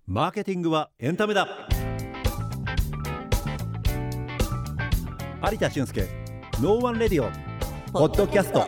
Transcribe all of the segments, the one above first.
マーケティングはエンタメだ。有田俊介ノーワンレディオポッドキャスト。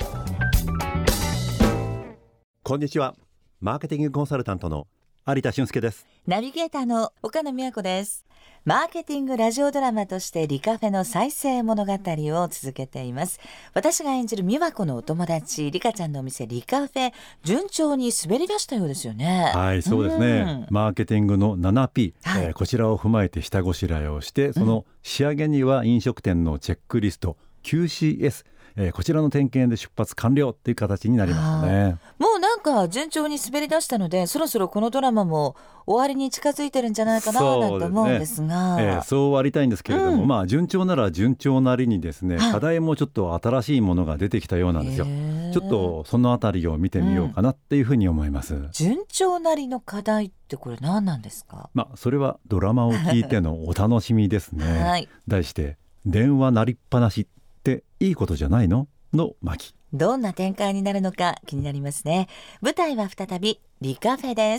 こんにちは。マーケティングコンサルタントの有田俊介です。 ナビゲーターの岡野美和子です。マーケティングラジオドラマとしてリカフェの再生物語を続けています。私が演じる美和子のお友達リカちゃんのお店リカフェ、順調に滑り出したようですよね。 はい、そうですね。マーケティングの 7P、 はいこちらを踏まえて下ごしらえをして、その仕上げには飲食店のチェックリスト QCS、こちらの点検で出発完了っていう形になりましたね。 もうなんか順調に滑り出したので、そろそろこのドラマも終わりに近づいてるんじゃないかななんて思うんですが、 そうありたいんですけれども、順調なら順調なりにですね、課題もちょっと新しいものが出てきたようなんですよ。ちょっとそのあたりを見てみようかなっていうふうに思います。 順調なりの課題ってこれ何なんですか？ それはドラマを聞いてのお楽しみですね。 はい、 題して電話鳴りっぱなしっていいことじゃないのの巻。 どんな展開になるのか気になりますね。舞台は再びリカフェです。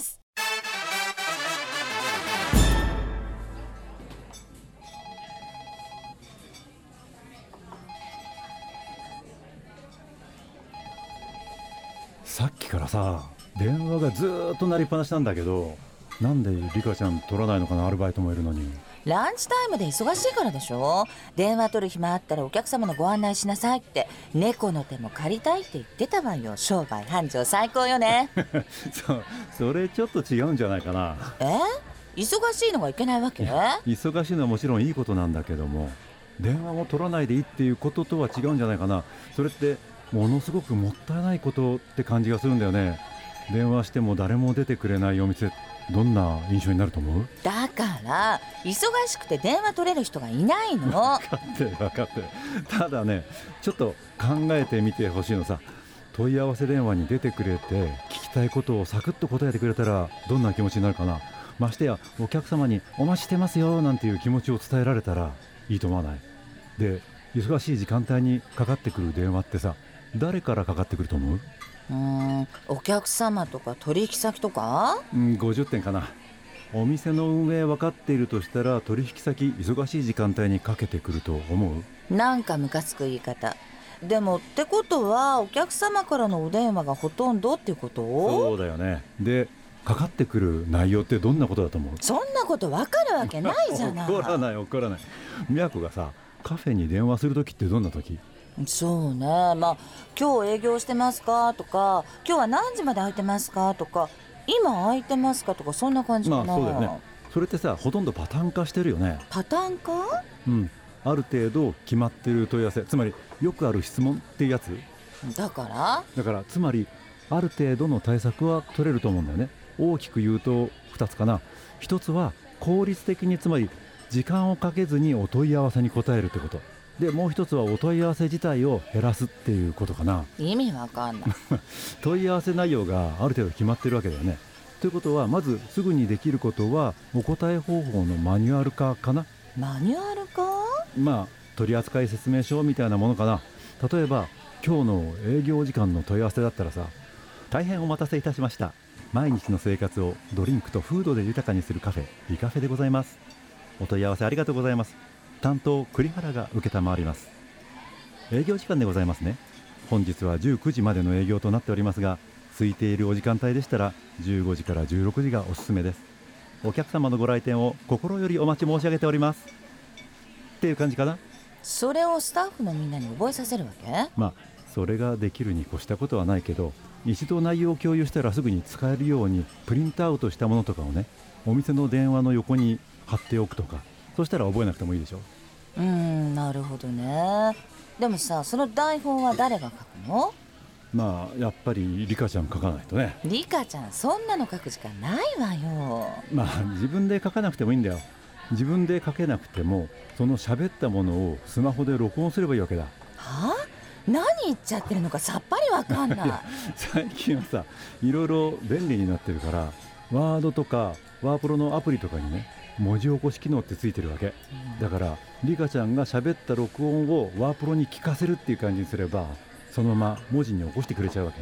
さっきからさ、電話がずっと鳴りっぱなしなんだけど、なんでリカちゃん取らないのかな。アルバイトもいるのに。 ランチタイムで忙しいからでしょ。電話取る暇あったらお客様のご案内しなさいって、猫の手も借りたいって言ってたわよ。商売繁盛最高よね。 それちょっと違うんじゃないかな。 忙しいのがいけないわけ？ 忙しいのはもちろんいいことなんだけども、電話を取らないでいいっていうこととは違うんじゃないかな。それってものすごくもったいないことって感じがするんだよね。電話しても誰も出てくれないお店、どんな印象になると思う？ だから忙しくて電話取れる人がいないの。 分かってる。ただね、ちょっと考えてみてほしいのさ。問い合わせ電話に出てくれて、聞きたいことをサクッと答えてくれたらどんな気持ちになるかな。ましてやお客様にお待ちしてますよなんていう気持ちを伝えられたらいいと思わない？で、忙しい時間帯にかかってくる電話ってさ、誰からかかってくると思う？ お客様とか取引先とか ？50点かな。お店の運営分かっているとしたら、取引先忙しい時間帯にかけてくると思う？ なんかムカつく言い方。でもってことはお客様からのお電話がほとんどっていうこと？ そうだよね。で、かかってくる内容ってどんなことだと思う？ そんなこと分かるわけないじゃない。 怒らない。宮子がさ、カフェに電話するときってどんなとき？ そうね、今日営業してますかとか、今日は何時まで空いてますかとか、今空いてますかとか、そんな感じかな。 そうだよね。それってさ、ほとんどパターン化してるよね。 パターン化？ ある程度決まってる問い合わせ、つまりよくある質問ってやつだからつまりある程度の対策は取れると思うんだよね。大きく言うと2つかな。1つは効率的に、つまり時間をかけずにお問い合わせに答えるってことで、もう1つはお問い合わせ自体を減らすっていうことかな。 意味わかんない。 問い合わせ内容がある程度決まってるわけだよね。ということは、まずすぐにできることはお答え方法のマニュアル化かな。 マニュアル化？ 取扱説明書みたいなものかな。例えば今日の営業時間の問い合わせだったらさ、大変お待たせいたしました。毎日の生活をドリンクとフードで豊かにするカフェリカフェでございます。お問い合わせありがとうございます。担当栗原が承ります。営業時間でございますね。本日は19時までの営業となっておりますが、空いているお時間帯でしたら15時から16時がおすすめです。お客様のご来店を心よりお待ち申し上げておりますっていう感じかな。 それをスタッフのみんなに覚えさせるわけ？ それができるに越したことはないけど、一度内容を共有したらすぐに使えるようにプリントアウトしたものとかをね、お店の電話の横に貼っておくとか、そしたら覚えなくてもいいでしょ。 なるほどね。でもさ、その台本は誰が書くの？ やっぱりリカちゃん書かないとね。 リカちゃんそんなの書く時間ないわよ。 自分で書かなくてもいいんだよ。自分で書けなくても、その喋ったものをスマホで録音すればいいわけだ。 はあ？何言っちゃってるのかさっぱりわかんない。 最近はさ、いろいろ便利になってるから、ワードとかワープロのアプリとかにね、文字起こし機能ってついてるわけ。だからリカちゃんが喋った録音をワープロに聞かせるっていう感じにすれば、そのまま文字に起こしてくれちゃうわけね。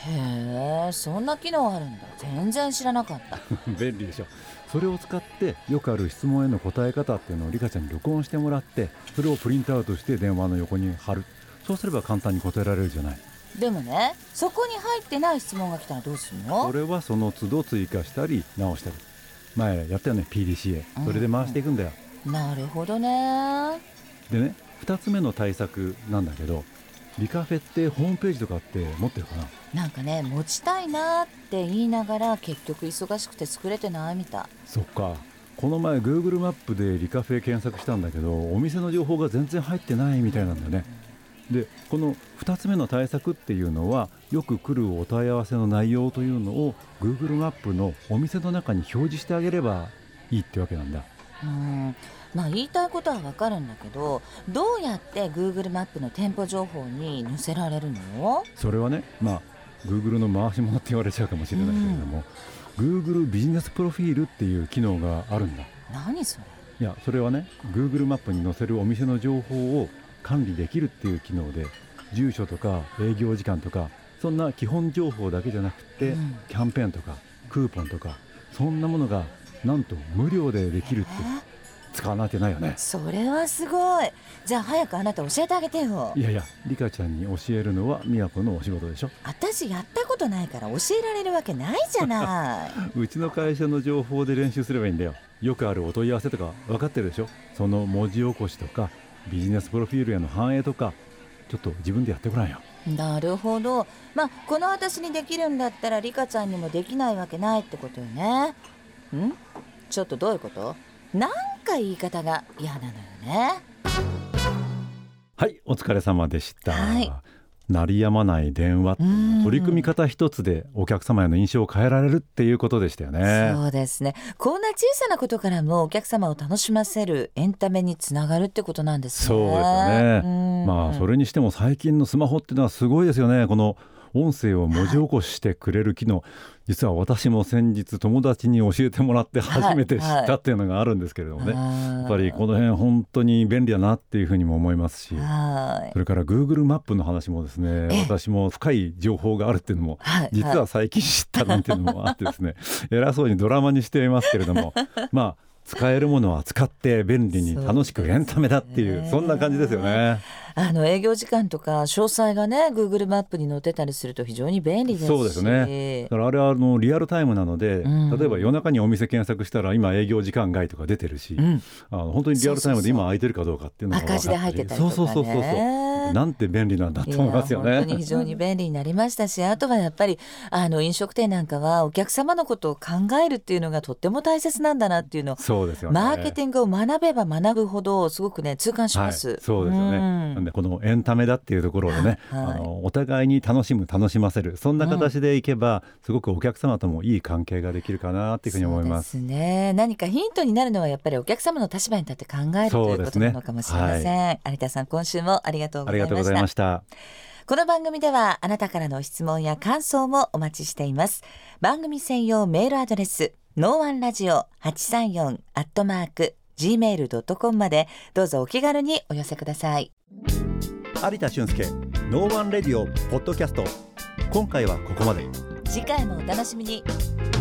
へえ、そんな機能あるんだ。全然知らなかった便利でしょ。それを使ってよくある質問への答え方っていうのをリカちゃんに録音してもらって、それをプリントアウトして電話の横に貼る。そうすれば簡単に答えられるじゃない。 でもね、そこに入ってない質問が来たらどうするの？ それはその都度追加したり直したり。前やったよね PDCA。 それで回していくんだよ、 なるほどね。 でね、2つ目の対策なんだけど、リカフェってホームページとかって持ってるかな？ なんかね、持ちたいなって言いながら結局忙しくて作れてないみたい。 そっか。この前 Google マップでリカフェ検索したんだけど、お店の情報が全然入ってないみたいなんだよね。で、この2つ目の対策っていうのは、よく来るお問い合わせの内容というのを Google マップのお店の中に表示してあげればいいってわけなんだ。 まあ言いたいことはわかるんだけど、どうやって Google マップの店舗情報に載せられるの？ それはね、Google の回し物って言われちゃうかもしれないけれども、Google ビジネスプロフィールっていう機能があるんだ。 何それ？ いや、それはね、 Google マップに載せるお店の情報を管理できるっていう機能で、住所とか営業時間とか、そんな基本情報だけじゃなくて、キャンペーンとかクーポンとか、そんなものがなんと無料でできるって、使わなきゃないよね。 それはすごい。じゃあ早くあなた教えてあげてよ。 いやいや、リカちゃんに教えるのは宮子のお仕事でしょ。 私やったことないから教えられるわけないじゃないうちの会社の情報で練習すればいいんだよ。よくあるお問い合わせとか分かってるでしょ。その文字起こしとかビジネスプロフィールへの反映とか、ちょっと自分でやってごらんよ。 なるほど。この私にできるんだったらリカちゃんにもできないわけないってことよね。ちょっとどういうこと？なんか言い方が嫌なのよね。 はい、お疲れ様でした、 はい、 鳴りやまない電話、取り組み方一つでお客様への印象を変えられるっていうことでしたよね。 そうですね。こんな小さなことからもお客様を楽しませるエンタメにつながるってことなんですね。 そうですよね。それにしても最近のスマホっていうのはすごいですよね。この音声を文字起こしてくれる機能、実は私も先日友達に教えてもらって初めて知ったっていうのがあるんですけれどもね、やっぱりこの辺本当に便利だなっていうふうにも思いますし、それから Google マップの話もですね、私も深い情報があるっていうのも実は最近知ったなんていうのもあってですね、偉そうにドラマにしていますけれども、使えるものは使って便利に楽しくエンタメだっていう、そんな感じですよね。 営業時間とか詳細がね Google マップに載ってたりすると非常に便利ですし。 そうですね。だからあれはリアルタイムなので、例えば夜中にお店検索したら今営業時間外とか出てるし、本当にリアルタイムで今空いてるかどうかっていうのが分かったり、赤字で入ってたりとかね、なんて便利なんだと思いますよね。 本当に非常に便利になりましたし、あとはやっぱり飲食店なんかはお客様のことを考えるっていうのがとっても大切なんだなっていうのを、 そうですよね、 マーケティングを学べば学ぶほどすごくね痛感します、 そうですよね。なんでこのエンタメだっていうところでね、お互いに楽しむ楽しませる、そんな形でいけば、すごくお客様ともいい関係ができるかなっていうふうに思います。 そうですね。何かヒントになるのはやっぱりお客様の立場に立って考えるということなのかもしれません。有田さん、今週もありがとうございました。ありがとうございました。この番組ではあなたからの質問や感想もお待ちしています。番組専用メールアドレス nooneradio834@gmail.com までどうぞお気軽にお寄せください。 有田俊介ノーワンレディオポッドキャスト、今回はここまで。 次回もお楽しみに。